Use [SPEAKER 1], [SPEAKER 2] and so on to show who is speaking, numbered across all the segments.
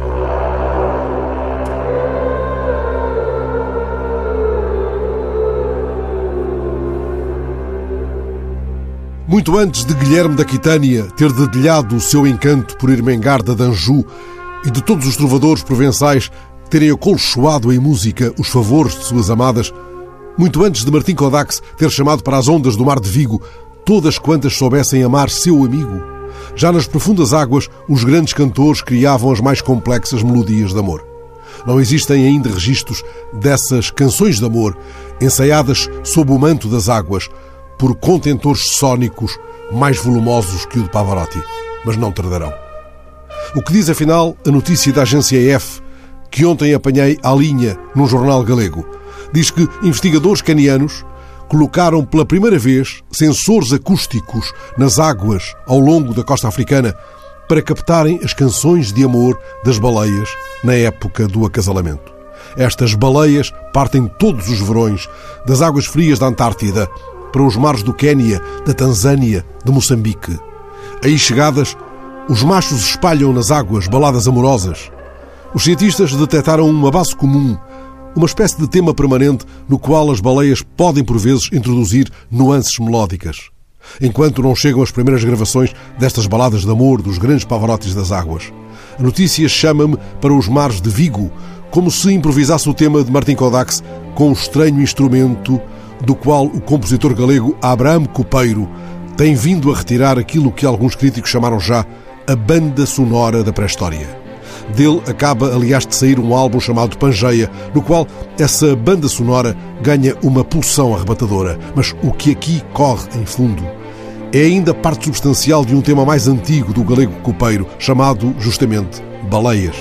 [SPEAKER 1] Muito antes de Guilherme da Aquitânia ter dedilhado o seu encanto por Irmengarda de Anjou e de todos os trovadores provençais terem acolchoado em música os favores de suas amadas, muito antes de Martim Codax ter chamado para as ondas do mar de Vigo todas quantas soubessem amar seu amigo, já nas profundas águas os grandes cantores criavam as mais complexas melodias de amor. Não existem ainda registros dessas canções de amor ensaiadas sob o manto das águas por contentores sónicos mais volumosos que o de Pavarotti, mas não tardarão. O que diz, afinal, a notícia da agência F, que ontem apanhei à linha num jornal galego? Diz que investigadores canianos colocaram pela primeira vez sensores acústicos nas águas ao longo da costa africana para captarem as canções de amor das baleias na época do acasalamento. Estas baleias partem todos os verões das águas frias da Antártida para os mares do Quénia, da Tanzânia, de Moçambique. Aí chegadas, os machos espalham nas águas baladas amorosas. Os cientistas detectaram uma base comum, uma espécie de tema permanente no qual as baleias podem, por vezes, introduzir nuances melódicas. Enquanto não chegam as primeiras gravações destas baladas de amor dos grandes Pavarottis das águas, a notícia chama-me para os mares de Vigo, como se improvisasse o tema de Martim Codax com um estranho instrumento do qual o compositor galego Abraham Copeiro tem vindo a retirar aquilo que alguns críticos chamaram já a banda sonora da pré-história. Dele acaba, aliás, de sair um álbum chamado Pangeia, no qual essa banda sonora ganha uma pulsão arrebatadora. Mas o que aqui corre em fundo é ainda parte substancial de um tema mais antigo do galego copeiro, chamado, justamente, Baleias.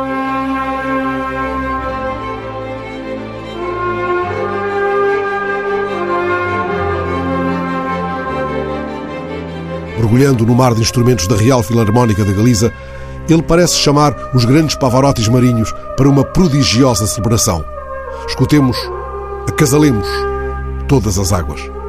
[SPEAKER 1] Mergulhando no mar de instrumentos da Real Filarmónica da Galiza, ele parece chamar os grandes Pavarottis marinhos para uma prodigiosa celebração. Escutemos, acasalemos todas as águas.